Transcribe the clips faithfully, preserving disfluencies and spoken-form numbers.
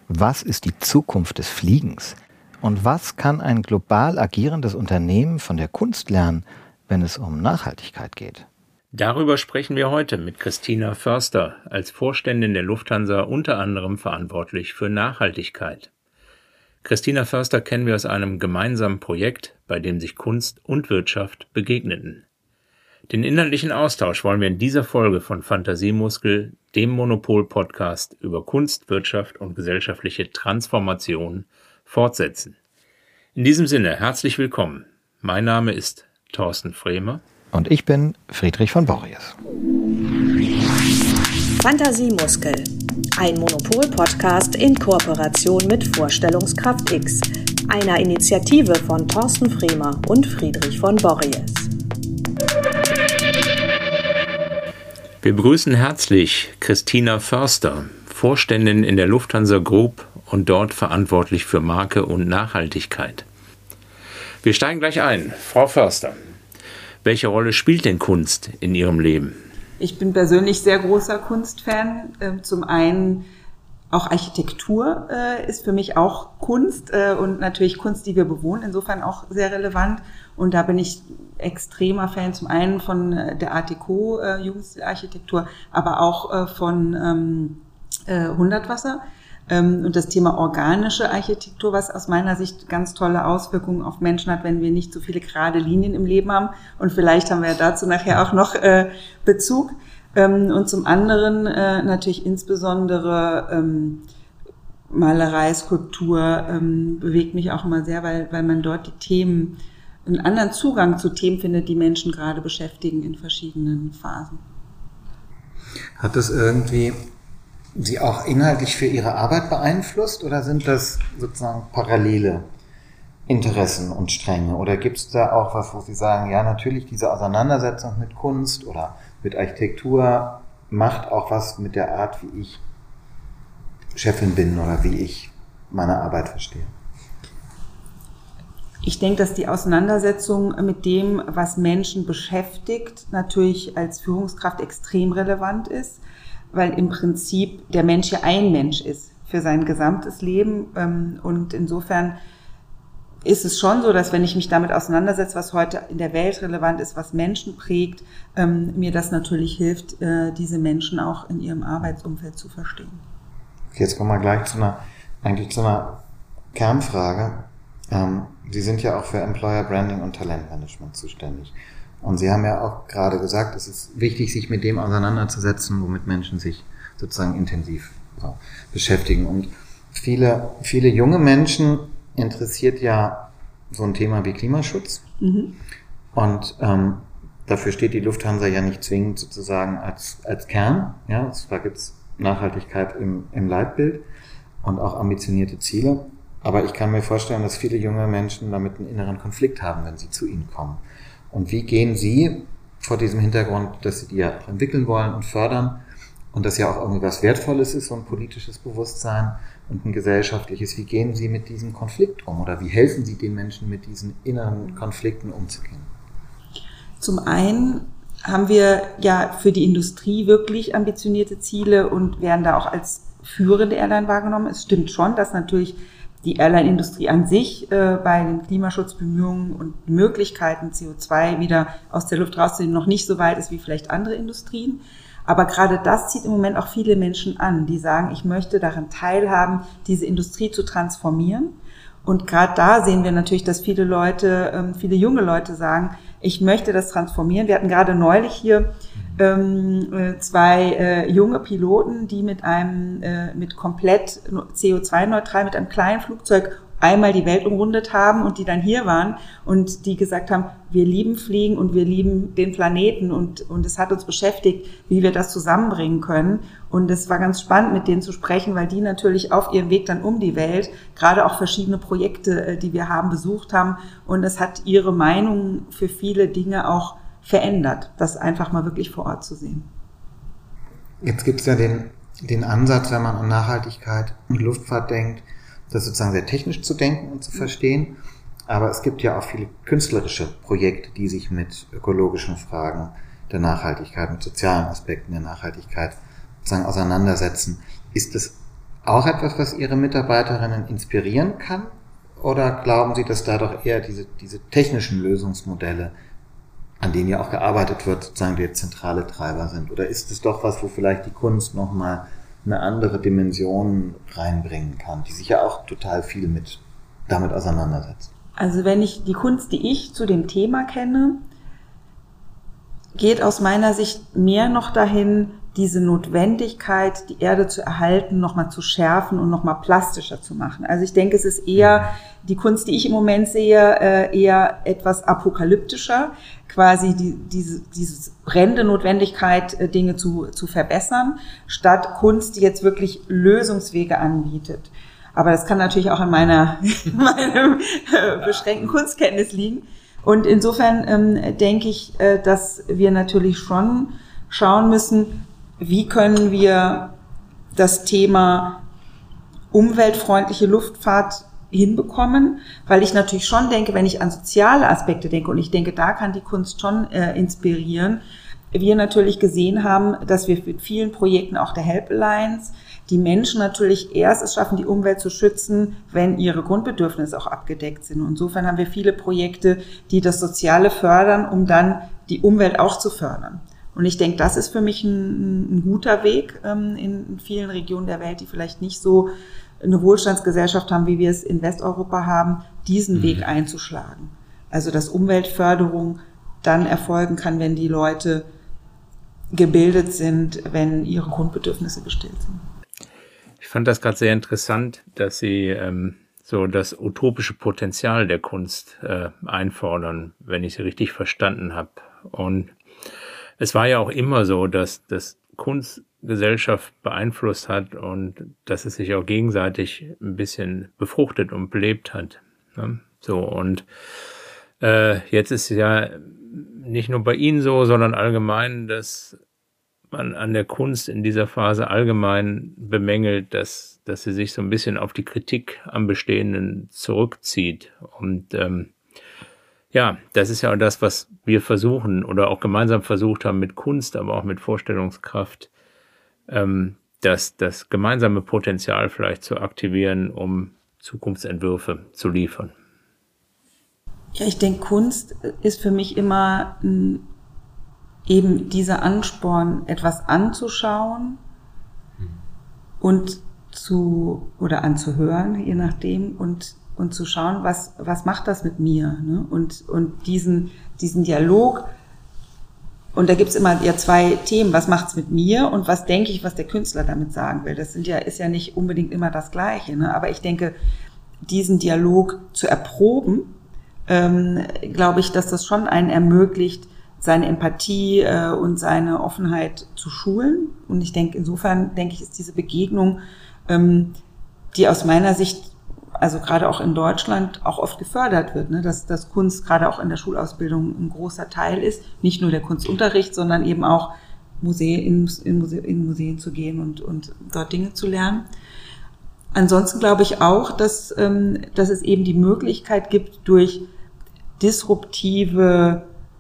Was ist die Zukunft des Fliegens? Und was kann ein global agierendes Unternehmen von der Kunst lernen, wenn es um Nachhaltigkeit geht? Darüber sprechen wir heute mit Christina Förster, als Vorständin der Lufthansa unter anderem verantwortlich für Nachhaltigkeit. Christina Förster kennen wir aus einem gemeinsamen Projekt, bei dem sich Kunst und Wirtschaft begegneten. Den inhaltlichen Austausch wollen wir in dieser Folge von Fantasiemuskel, dem Monopol-Podcast über Kunst, Wirtschaft und gesellschaftliche Transformation, fortsetzen. In diesem Sinne, herzlich willkommen. Mein Name ist Thorsten Frehme. Und ich bin Friedrich von Borries. Fantasiemuskel, ein Monopol-Podcast in Kooperation mit Vorstellungskraft X, einer Initiative von Thorsten Frehme und Friedrich von Borries. Wir begrüßen herzlich Christina Förster, Vorständin in der Lufthansa Group und dort verantwortlich für Marke und Nachhaltigkeit. Wir steigen gleich ein. Frau Förster, welche Rolle spielt denn Kunst in Ihrem Leben? Ich bin persönlich sehr großer Kunstfan. Zum einen auch Architektur ist für mich auch Kunst und natürlich Kunst, die wir bewohnen, insofern auch sehr relevant. Und da bin ich extremer Fan zum einen von der Art Deco, Jugendstilarchitektur, aber auch von ähm, äh, Hundertwasser. Ähm, und das Thema organische Architektur, was aus meiner Sicht ganz tolle Auswirkungen auf Menschen hat, wenn wir nicht so viele gerade Linien im Leben haben. Und vielleicht haben wir ja dazu nachher auch noch äh, Bezug. Ähm, und zum anderen äh, natürlich insbesondere ähm, Malerei, Skulptur ähm, bewegt mich auch immer sehr, weil, weil man dort die Themen, einen anderen Zugang zu Themen findet, die Menschen gerade beschäftigen in verschiedenen Phasen. Hat das irgendwie Sie auch inhaltlich für Ihre Arbeit beeinflusst oder sind das sozusagen parallele Interessen und Stränge? Oder gibt es da auch was, wo Sie sagen, ja natürlich diese Auseinandersetzung mit Kunst oder mit Architektur macht auch was mit der Art, wie ich Chefin bin oder wie ich meine Arbeit verstehe? Ich denke, dass die Auseinandersetzung mit dem, was Menschen beschäftigt, natürlich als Führungskraft extrem relevant ist, weil im Prinzip der Mensch ja ein Mensch ist für sein gesamtes Leben. Und insofern ist es schon so, dass wenn ich mich damit auseinandersetze, was heute in der Welt relevant ist, was Menschen prägt, mir das natürlich hilft, diese Menschen auch in ihrem Arbeitsumfeld zu verstehen. Okay, jetzt kommen wir gleich zu einer, eigentlich zu einer Kernfrage. Sie sind ja auch für Employer Branding und Talentmanagement zuständig. Und Sie haben ja auch gerade gesagt, es ist wichtig, sich mit dem auseinanderzusetzen, womit Menschen sich sozusagen intensiv so beschäftigen. Und viele, viele junge Menschen interessiert ja so ein Thema wie Klimaschutz. Mhm. Und ähm, dafür steht die Lufthansa ja nicht zwingend sozusagen als, als Kern. Ja, zwar gibt es Nachhaltigkeit im, im Leitbild und auch ambitionierte Ziele. Aber ich kann mir vorstellen, dass viele junge Menschen damit einen inneren Konflikt haben, wenn sie zu Ihnen kommen. Und wie gehen Sie vor diesem Hintergrund, dass Sie die ja auch entwickeln wollen und fördern und das ja auch irgendwie was Wertvolles ist, so ein politisches Bewusstsein und ein gesellschaftliches, wie gehen Sie mit diesem Konflikt um oder wie helfen Sie den Menschen, mit diesen inneren Konflikten umzugehen? Zum einen haben wir ja für die Industrie wirklich ambitionierte Ziele und werden da auch als führende Airline wahrgenommen. Es stimmt schon, dass natürlich die Airline-Industrie an sich äh, bei den Klimaschutzbemühungen und Möglichkeiten, C O zwei wieder aus der Luft rauszunehmen, noch nicht so weit ist wie vielleicht andere Industrien. Aber gerade das zieht im Moment auch viele Menschen an, die sagen, ich möchte daran teilhaben, diese Industrie zu transformieren. Und gerade da sehen wir natürlich, dass viele Leute, ähm, viele junge Leute sagen, ich möchte das transformieren. Wir hatten gerade neulich hier ähm, zwei äh, junge Piloten, die mit einem, äh, mit komplett C O zwei neutral, mit einem kleinen Flugzeug einmal die Welt umrundet haben und die dann hier waren und die gesagt haben, wir lieben Fliegen und wir lieben den Planeten und, und es hat uns beschäftigt, wie wir das zusammenbringen können. Und es war ganz spannend, mit denen zu sprechen, weil die natürlich auf ihrem Weg dann um die Welt gerade auch verschiedene Projekte, die wir haben, besucht haben. Und es hat ihre Meinung für viele Dinge auch verändert, das einfach mal wirklich vor Ort zu sehen. Jetzt gibt es ja den, den Ansatz, wenn man an Nachhaltigkeit und Luftfahrt denkt, das sozusagen sehr technisch zu denken und zu verstehen. Aber es gibt ja auch viele künstlerische Projekte, die sich mit ökologischen Fragen der Nachhaltigkeit, mit sozialen Aspekten der Nachhaltigkeit sozusagen auseinandersetzen. Ist es auch etwas, was Ihre Mitarbeiterinnen inspirieren kann? Oder glauben Sie, dass da doch eher diese, diese technischen Lösungsmodelle, an denen ja auch gearbeitet wird, sozusagen der zentrale Treiber sind? Oder ist es doch was, wo vielleicht die Kunst nochmal eine andere Dimension reinbringen kann, die sich ja auch total viel mit damit auseinandersetzt? Also wenn ich die Kunst, die ich zu dem Thema kenne, geht aus meiner Sicht mehr noch dahin, diese Notwendigkeit, die Erde zu erhalten, nochmal zu schärfen und nochmal plastischer zu machen. Also ich denke, es ist eher die Kunst, die ich im Moment sehe, eher etwas apokalyptischer, quasi die, diese, diese brennende Notwendigkeit, Dinge zu, zu verbessern, statt Kunst, die jetzt wirklich Lösungswege anbietet. Aber das kann natürlich auch an meiner, meinem beschränkten Kunstkenntnis liegen. Und insofern ähm, denke ich, äh, dass wir natürlich schon schauen müssen, wie können wir das Thema umweltfreundliche Luftfahrt hinbekommen, weil ich natürlich schon denke, wenn ich an soziale Aspekte denke, und ich denke, da kann die Kunst schon äh, inspirieren, wir natürlich gesehen haben, dass wir mit vielen Projekten auch der Help Alliance die Menschen natürlich erst es schaffen, die Umwelt zu schützen, wenn ihre Grundbedürfnisse auch abgedeckt sind. Und insofern haben wir viele Projekte, die das Soziale fördern, um dann die Umwelt auch zu fördern. Und ich denke, das ist für mich ein, ein guter Weg ähm, in vielen Regionen der Welt, die vielleicht nicht so eine Wohlstandsgesellschaft haben, wie wir es in Westeuropa haben, diesen mhm. Weg einzuschlagen. Also dass Umweltförderung dann erfolgen kann, wenn die Leute gebildet sind, wenn ihre Grundbedürfnisse gestillt sind. Ich fand das gerade sehr interessant, dass Sie ähm, so das utopische Potenzial der Kunst äh, einfordern, wenn ich Sie richtig verstanden habe. Und es war ja auch immer so, dass das Kunst Gesellschaft beeinflusst hat und dass es sich auch gegenseitig ein bisschen befruchtet und belebt hat. Ne? So, und äh, jetzt ist ja nicht nur bei Ihnen so, sondern allgemein, dass man an der Kunst in dieser Phase allgemein bemängelt, dass, dass sie sich so ein bisschen auf die Kritik am Bestehenden zurückzieht. Und ähm, ja, das ist ja auch das, was wir versuchen oder auch gemeinsam versucht haben mit Kunst, aber auch mit Vorstellungskraft, ähm, das, das gemeinsame Potenzial vielleicht zu aktivieren, um Zukunftsentwürfe zu liefern. Ja, ich denke, Kunst ist für mich immer ein, eben dieser Ansporn, etwas anzuschauen und zu, oder anzuhören, je nachdem, und, und zu schauen, was, was macht das mit mir, ne? Und, und diesen, diesen Dialog, und da gibt's immer ja zwei Themen, was macht's mit mir und was denke ich, was der Künstler damit sagen will. Das sind ja, ist ja nicht unbedingt immer das Gleiche, ne? Aber ich denke, diesen Dialog zu erproben, ähm, glaube ich, dass das schon einen ermöglicht, seine Empathie äh, und seine Offenheit zu schulen. Und ich denke, insofern, denke ich, ist diese Begegnung, ähm, die aus meiner Sicht, also gerade auch in Deutschland, auch oft gefördert wird, ne? dass, dass Kunst gerade auch in der Schulausbildung ein großer Teil ist. Nicht nur der Kunstunterricht, sondern eben auch Museen, in, in, Muse, in Museen zu gehen und, und dort Dinge zu lernen. Ansonsten glaube ich auch, dass, ähm, dass es eben die Möglichkeit gibt, durch disruptive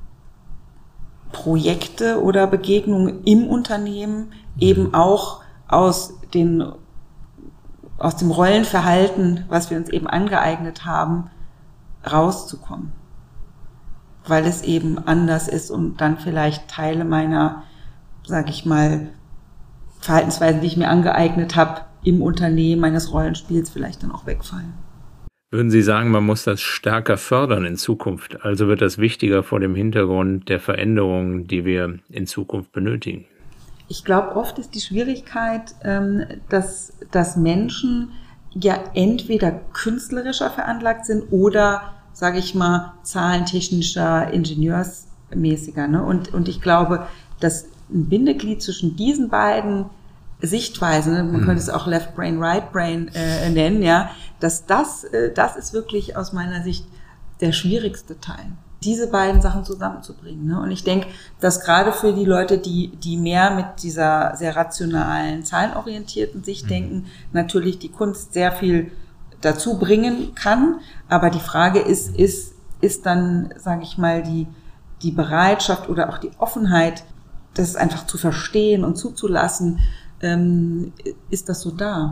Projekte oder Begegnungen im Unternehmen eben auch aus den, aus dem Rollenverhalten, was wir uns eben angeeignet haben, rauszukommen. Weil es eben anders ist und dann vielleicht Teile meiner, sag ich mal, Verhaltensweisen, die ich mir angeeignet habe, im Unternehmen meines Rollenspiels vielleicht dann auch wegfallen. Würden Sie sagen, man muss das stärker fördern in Zukunft? Also wird das wichtiger vor dem Hintergrund der Veränderungen, die wir in Zukunft benötigen? Ich glaube, oft ist die Schwierigkeit, dass, dass Menschen ja entweder künstlerischer veranlagt sind oder, sage ich mal, zahlentechnischer, ingenieursmäßiger. Ne? Und, und ich glaube, dass ein Bindeglied zwischen diesen beiden Sichtweisen, man könnte es auch Left Brain, Right Brain äh, nennen, ja, dass das, äh, das ist wirklich aus meiner Sicht der schwierigste Teil, diese beiden Sachen zusammenzubringen. Ne? Und ich denke, dass gerade für die Leute, die, die mehr mit dieser sehr rationalen, zahlenorientierten Sicht mhm. denken, natürlich die Kunst sehr viel dazu bringen kann. Aber die Frage ist, ist, ist dann, sage ich mal, die, die Bereitschaft oder auch die Offenheit, das einfach zu verstehen und zuzulassen, Ähm, ist das so da?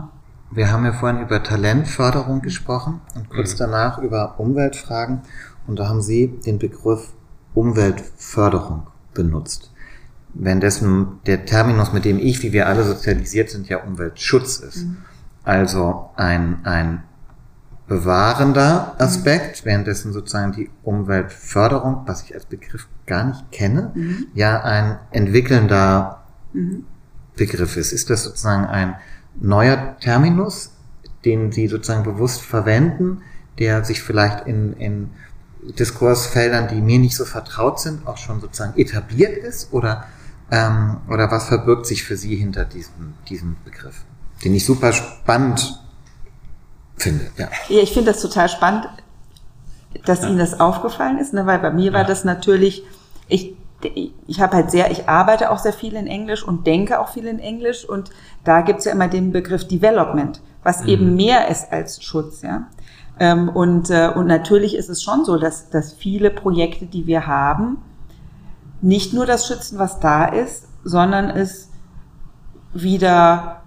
wir haben ja vorhin über Talentförderung gesprochen und kurz danach über Umweltfragen. Und da haben Sie den Begriff Umweltförderung benutzt. Währenddessen der Terminus, mit dem ich, wie wir alle sozialisiert sind, ja Umweltschutz ist. Mhm. Also ein, ein bewahrender Aspekt, mhm. währenddessen sozusagen die Umweltförderung, was ich als Begriff gar nicht kenne, mhm. ja ein entwickelnder mhm. Begriff ist. Ist das sozusagen ein neuer Terminus, den Sie sozusagen bewusst verwenden, der sich vielleicht in, in Diskursfeldern, die mir nicht so vertraut sind, auch schon sozusagen etabliert ist? Oder, ähm, oder was verbirgt sich für Sie hinter diesem, diesem Begriff, den ich super spannend finde? Ja, ja ich finde das total spannend, dass ja. Ihnen das aufgefallen ist, ne? Weil bei mir ja. war das natürlich, ich Ich habe halt sehr, ich arbeite auch sehr viel in Englisch und denke auch viel in Englisch und da gibt's ja immer den Begriff Development, was mhm. eben mehr ist als Schutz, ja. Und, und natürlich ist es schon so, dass, dass viele Projekte, die wir haben, nicht nur das schützen, was da ist, sondern es wieder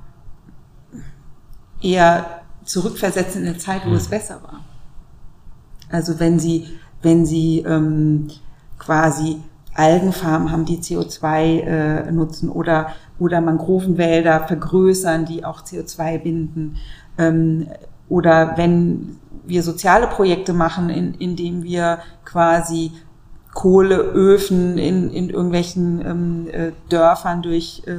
eher zurückversetzen in eine Zeit, wo mhm. es besser war. Also wenn Sie, wenn Sie ähm, quasi Algenfarmen haben, die C O zwei äh, nutzen oder oder Mangrovenwälder vergrößern, die auch C O zwei binden, ähm, oder wenn wir soziale Projekte machen, in, indem wir quasi Kohleöfen in, in irgendwelchen ähm, äh, Dörfern durch äh,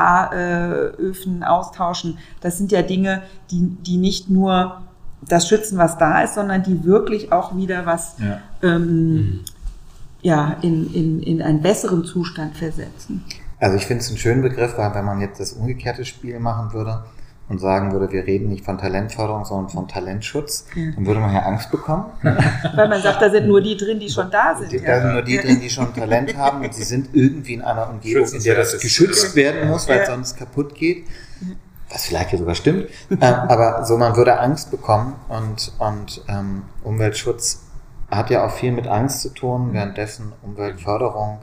Solaröfen äh, austauschen. Das sind ja Dinge, die, die nicht nur das schützen, was da ist, sondern die wirklich auch wieder was ja. ähm, mhm. ja, in, in, in einen besseren Zustand versetzen. Also ich finde es einen schönen Begriff, weil wenn man jetzt das umgekehrte Spiel machen würde und sagen würde, wir reden nicht von Talentförderung, sondern von Talentschutz, ja. dann würde man ja Angst bekommen. Weil man sagt, da sind nur die drin, die schon da sind. Da ja. sind nur die drin, die schon Talent haben und sie sind irgendwie in einer Umgebung, in der das geschützt werden muss, weil es ja. sonst kaputt geht. Was vielleicht ja sogar stimmt. ähm, aber so, man würde Angst bekommen und, und ähm, Umweltschutz hat ja auch viel mit Angst zu tun, währenddessen Umweltförderung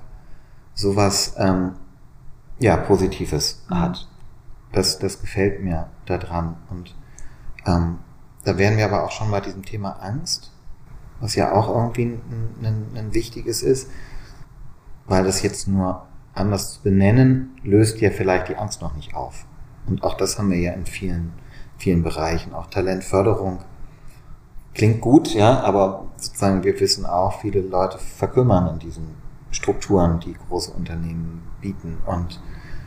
sowas ähm, ja Positives mhm. hat. Das, das gefällt mir daran. Und ähm, da wären wir aber auch schon bei diesem Thema Angst, was ja auch irgendwie ein, ein, ein wichtiges ist, weil das jetzt nur anders zu benennen, löst ja vielleicht die Angst noch nicht auf. Und auch das haben wir ja in vielen, vielen Bereichen. Auch Talentförderung klingt gut, ja, aber sozusagen wir wissen auch, viele Leute verkümmern in diesen Strukturen, die große Unternehmen bieten. Und,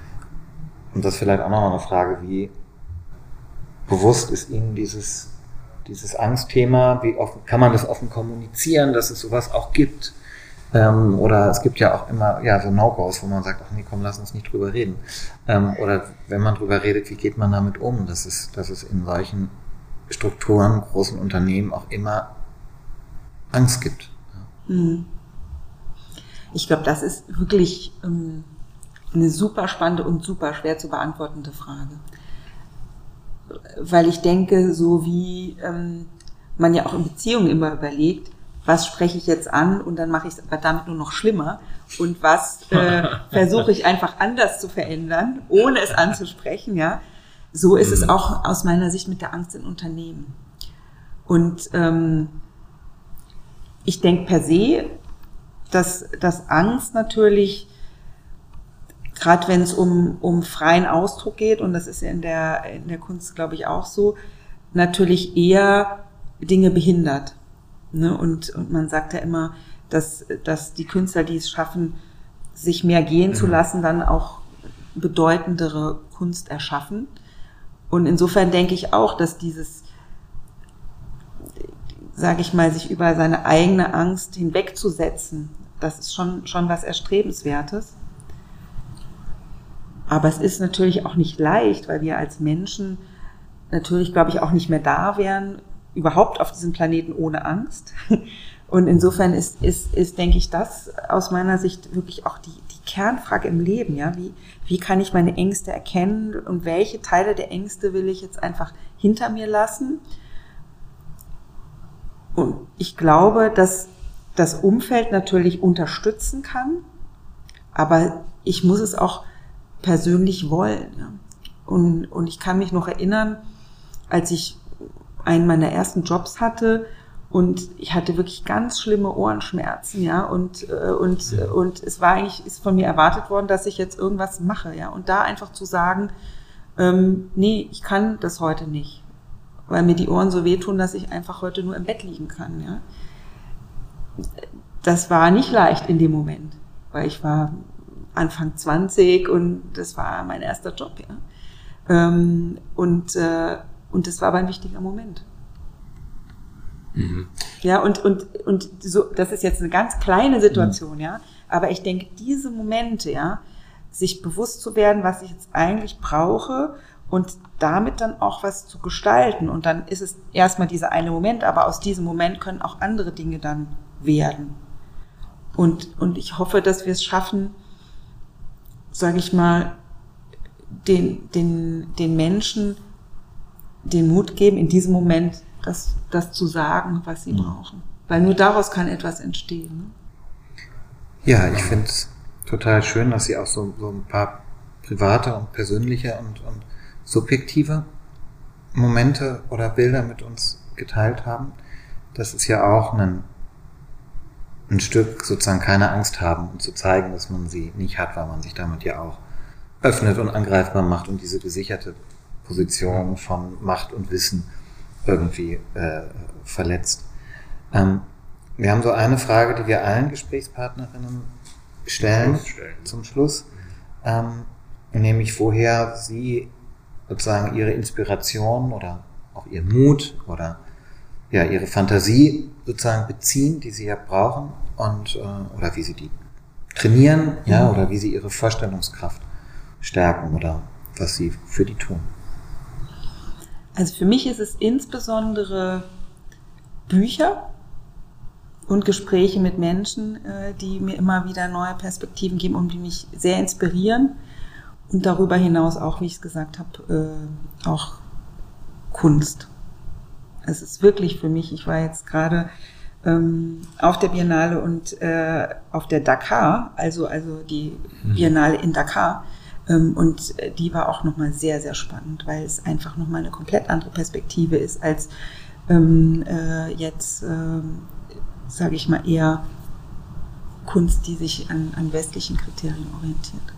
und das ist vielleicht auch nochmal eine Frage, wie bewusst ist Ihnen dieses, dieses Angstthema, wie offen, kann man das offen kommunizieren, dass es sowas auch gibt? Ähm, oder es gibt ja auch immer ja so No-Gos, wo man sagt, ach nee, komm, lass uns nicht drüber reden. Ähm, oder wenn man drüber redet, wie geht man damit um, dass es, dass es in solchen Strukturen, großen Unternehmen auch immer Angst gibt. Ich glaube, das ist wirklich ähm, eine super spannende und super schwer zu beantwortende Frage. Weil ich denke, so wie ähm, man ja auch in Beziehungen immer überlegt, was spreche ich jetzt an und dann mache ich es aber damit nur noch schlimmer und was äh, versuche ich einfach anders zu verändern, ohne es anzusprechen, ja. So ist es auch aus meiner Sicht mit der Angst in Unternehmen. Und ähm, ich denke per se, dass, dass Angst natürlich, gerade wenn es um, um freien Ausdruck geht, und das ist ja in der, in der Kunst, glaube ich, auch so, natürlich eher Dinge behindert. Ne? Und, und man sagt ja immer, dass, dass die Künstler, die es schaffen, sich mehr gehen mhm. zu lassen, dann auch bedeutendere Kunst erschaffen. Und insofern denke ich auch, dass dieses, sage ich mal, sich über seine eigene Angst hinwegzusetzen, das ist schon, schon was Erstrebenswertes. Aber es ist natürlich auch nicht leicht, weil wir als Menschen natürlich, glaube ich, auch nicht mehr da wären, überhaupt auf diesem Planeten ohne Angst. Und insofern ist, ist, ist, denke ich, das aus meiner Sicht wirklich auch die, die Kernfrage im Leben, ja. Wie, wie kann ich meine Ängste erkennen und welche Teile der Ängste will ich jetzt einfach hinter mir lassen? Und ich glaube, dass das Umfeld natürlich unterstützen kann, aber ich muss es auch persönlich wollen. Ja. Und, und ich kann mich noch erinnern, als ich einen meiner ersten Jobs hatte und ich hatte wirklich ganz schlimme Ohrenschmerzen, ja, und, äh, und, äh, und es war eigentlich, ist von mir erwartet worden, dass ich jetzt irgendwas mache, ja, und da einfach zu sagen, ähm, nee, ich kann das heute nicht, weil mir die Ohren so wehtun, dass ich einfach heute nur im Bett liegen kann, ja. Das war nicht leicht in dem Moment, weil ich war Anfang zwanzig und das war mein erster Job, ja. Ähm, und, äh, und das war aber ein wichtiger Moment. Mhm. Ja, und, und, und so, das ist jetzt eine ganz kleine Situation, mhm. ja. Aber ich denke, diese Momente, ja, sich bewusst zu werden, was ich jetzt eigentlich brauche und damit dann auch was zu gestalten. Und dann ist es erstmal dieser eine Moment, aber aus diesem Moment können auch andere Dinge dann werden. Und, und ich hoffe, dass wir es schaffen, sage ich mal, den, den, den Menschen den Mut geben, in diesem Moment das, das zu sagen, was sie mhm. brauchen. Weil nur daraus kann etwas entstehen. Ne? Ja, ich finde es total schön, dass Sie auch so, so ein paar private und persönliche und, und subjektive Momente oder Bilder mit uns geteilt haben. Das ist ja auch ein, ein Stück sozusagen keine Angst haben und zu zeigen, dass man sie nicht hat, weil man sich damit ja auch öffnet und angreifbar macht und diese gesicherte Position von Macht und Wissen irgendwie äh, verletzt. Ähm, wir haben so eine Frage, die wir allen Gesprächspartnerinnen stellen, stellen. zum Schluss, ähm, nämlich woher sie sozusagen ihre Inspiration oder auch ihr Mut oder ja ihre Fantasie sozusagen beziehen, die sie ja brauchen und äh, oder wie sie die trainieren, ja, oder wie sie ihre Vorstellungskraft stärken oder was sie für die tun. Also für mich ist es insbesondere Bücher und Gespräche mit Menschen, die mir immer wieder neue Perspektiven geben und die mich sehr inspirieren. Und darüber hinaus auch, wie ich es gesagt habe, auch Kunst. Es ist wirklich für mich, ich war jetzt gerade auf der Biennale und auf der Dakar, also, also die Biennale in Dakar, und die war auch nochmal sehr, sehr spannend, weil es einfach nochmal eine komplett andere Perspektive ist als ähm, äh, jetzt, ähm, sage ich mal, eher Kunst, die sich an, an westlichen Kriterien orientiert.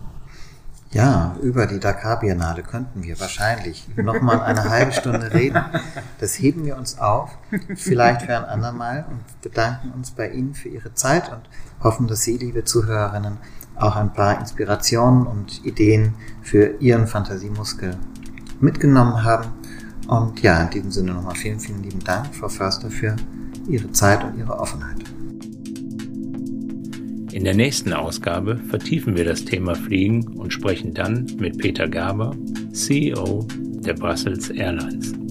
Ja, über die Dakar Biennale könnten wir wahrscheinlich nochmal eine halbe Stunde reden. Das heben wir uns auf, vielleicht für ein andermal, und bedanken uns bei Ihnen für Ihre Zeit und hoffen, dass Sie, liebe Zuhörerinnen, auch ein paar Inspirationen und Ideen für Ihren Fantasiemuskel mitgenommen haben. Und ja, in diesem Sinne nochmal vielen, vielen lieben Dank, Frau Förster, für Ihre Zeit und Ihre Offenheit. In der nächsten Ausgabe vertiefen wir das Thema Fliegen und sprechen dann mit Peter Gaber, C E O der Brussels Airlines.